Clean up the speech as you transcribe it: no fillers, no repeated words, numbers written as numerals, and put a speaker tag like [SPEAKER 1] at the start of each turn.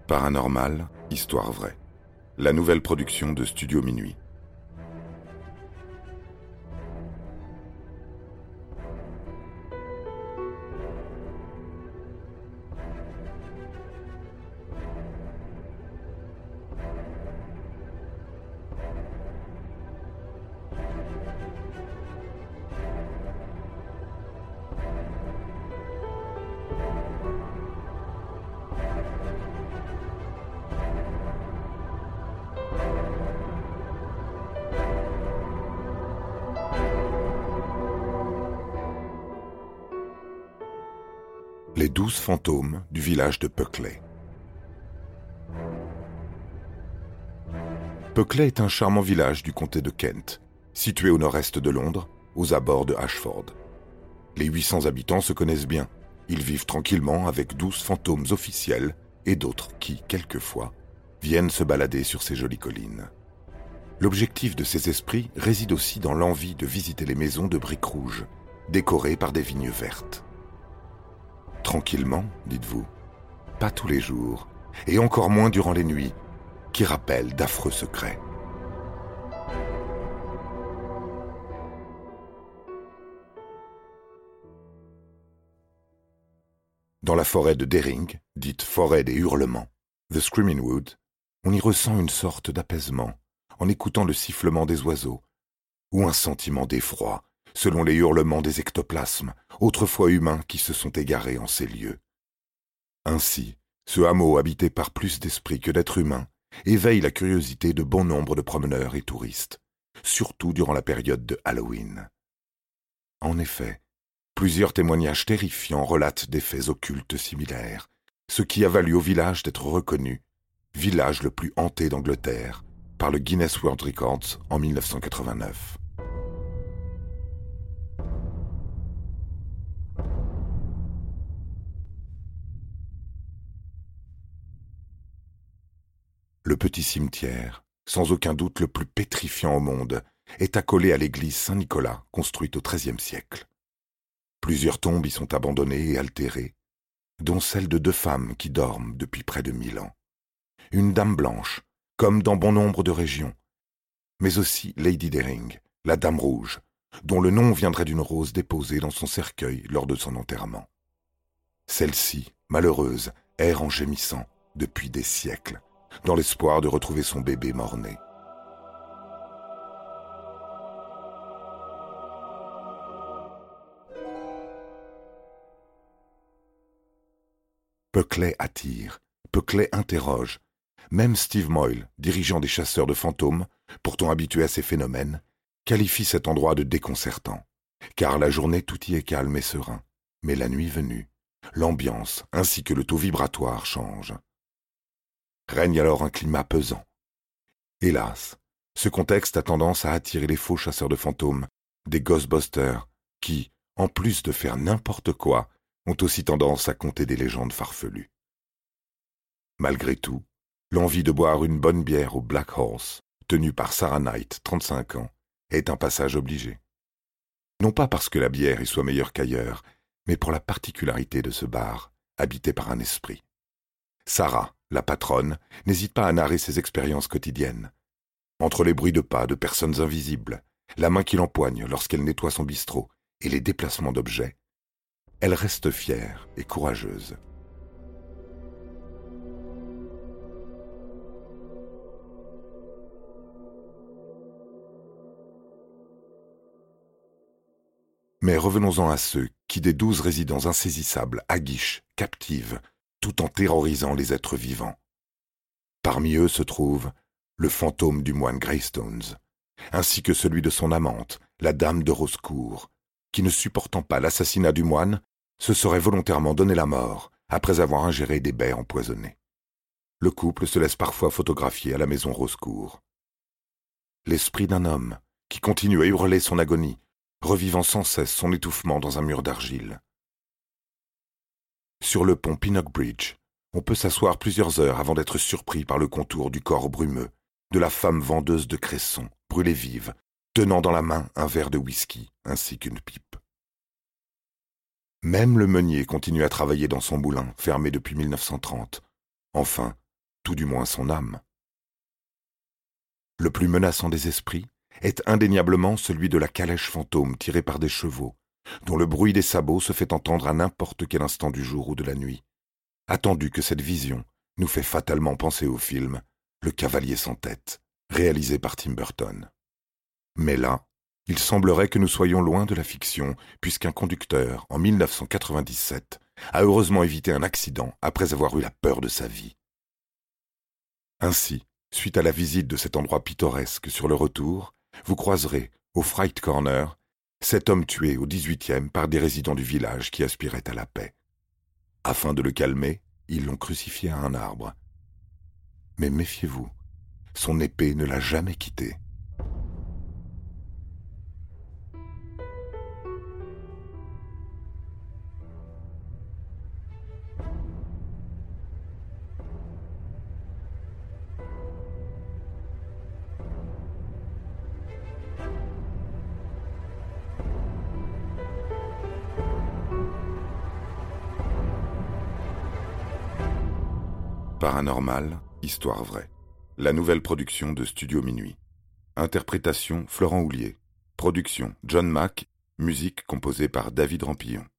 [SPEAKER 1] Paranormal, histoire vraie. La nouvelle production de Studio Minuit. Les 12 fantômes du village de Puckley. Puckley est un charmant village du comté de Kent, situé au nord-est de Londres, aux abords de Ashford. Les 800 habitants se connaissent bien. Ils vivent tranquillement avec 12 fantômes officiels et d'autres qui, quelquefois, viennent se balader sur ces jolies collines. L'objectif de ces esprits réside aussi dans l'envie de visiter les maisons de briques rouges, décorées par des vignes vertes. Tranquillement, dites-vous, pas tous les jours, et encore moins durant les nuits, qui rappellent d'affreux secrets. Dans la forêt de Deering, dite forêt des hurlements, The Screaming Wood, on y ressent une sorte d'apaisement en écoutant le sifflement des oiseaux, ou un sentiment d'effroi, selon les hurlements des ectoplasmes, autrefois humains qui se sont égarés en ces lieux. Ainsi, ce hameau habité par plus d'esprits que d'êtres humains éveille la curiosité de bon nombre de promeneurs et touristes, surtout durant la période de Halloween. En effet, plusieurs témoignages terrifiants relatent des faits occultes similaires, ce qui a valu au village d'être reconnu village le plus hanté d'Angleterre par le Guinness World Records en 1989. Le petit cimetière, sans aucun doute le plus pétrifiant au monde, est accolé à l'église Saint-Nicolas, construite au XIIIe siècle. Plusieurs tombes y sont abandonnées et altérées, dont celle de 2 femmes qui dorment depuis près de 1000 ans. Une dame blanche, comme dans bon nombre de régions, mais aussi Lady Deering, la dame rouge, dont le nom viendrait d'une rose déposée dans son cercueil lors de son enterrement. Celle-ci, malheureuse, erre en gémissant depuis des siècles, dans l'espoir de retrouver son bébé mort-né. Puckley attire, Puckley interroge. Même Steve Moyle, dirigeant des chasseurs de fantômes, pourtant habitué à ces phénomènes, qualifie cet endroit de déconcertant, car la journée tout y est calme et serein, mais la nuit venue, l'ambiance ainsi que le taux vibratoire changent. Règne alors un climat pesant. Hélas, ce contexte a tendance à attirer les faux chasseurs de fantômes, des Ghostbusters, qui, en plus de faire n'importe quoi, ont aussi tendance à conter des légendes farfelues. Malgré tout, l'envie de boire une bonne bière au Black Horse, tenue par Sarah Knight, 35 ans, est un passage obligé. Non pas parce que la bière y soit meilleure qu'ailleurs, mais pour la particularité de ce bar, habité par un esprit. Sarah, la patronne, n'hésite pas à narrer ses expériences quotidiennes. Entre les bruits de pas de personnes invisibles, la main qui l'empoigne lorsqu'elle nettoie son bistrot et les déplacements d'objets, elle reste fière et courageuse. Mais revenons-en à ceux qui, des 12 résidents insaisissables, aguichent, captivent, tout en terrorisant les êtres vivants. Parmi eux se trouve le fantôme du moine Greystones, ainsi que celui de son amante, la dame de Rosecourt, qui, ne supportant pas l'assassinat du moine, se serait volontairement donné la mort après avoir ingéré des baies empoisonnées. Le couple se laisse parfois photographier à la maison Rosecourt. L'esprit d'un homme qui continue à hurler son agonie, revivant sans cesse son étouffement dans un mur d'argile. Sur le pont Pinnock Bridge, on peut s'asseoir plusieurs heures avant d'être surpris par le contour du corps brumeux de la femme vendeuse de cressons, brûlée vive, tenant dans la main un verre de whisky ainsi qu'une pipe. Même le meunier continue à travailler dans son moulin, fermé depuis 1930. Enfin, tout du moins son âme. Le plus menaçant des esprits est indéniablement celui de la calèche fantôme tirée par des chevaux, dont le bruit des sabots se fait entendre à n'importe quel instant du jour ou de la nuit, attendu que cette vision nous fait fatalement penser au film Le Cavalier sans tête, réalisé par Tim Burton. Mais là, il semblerait que nous soyons loin de la fiction, puisqu'un conducteur, en 1997, a heureusement évité un accident après avoir eu la peur de sa vie. Ainsi, suite à la visite de cet endroit pittoresque sur le retour, vous croiserez, au Fright Corner, cet homme tué au XVIIIe par des résidents du village qui aspiraient à la paix. Afin de le calmer, ils l'ont crucifié à un arbre. Mais méfiez-vous, son épée ne l'a jamais quitté. Paranormal, histoire vraie. La nouvelle production de Studio Minuit. Interprétation Florent Houlier. Production John Mack. Musique composée par David Rampillon.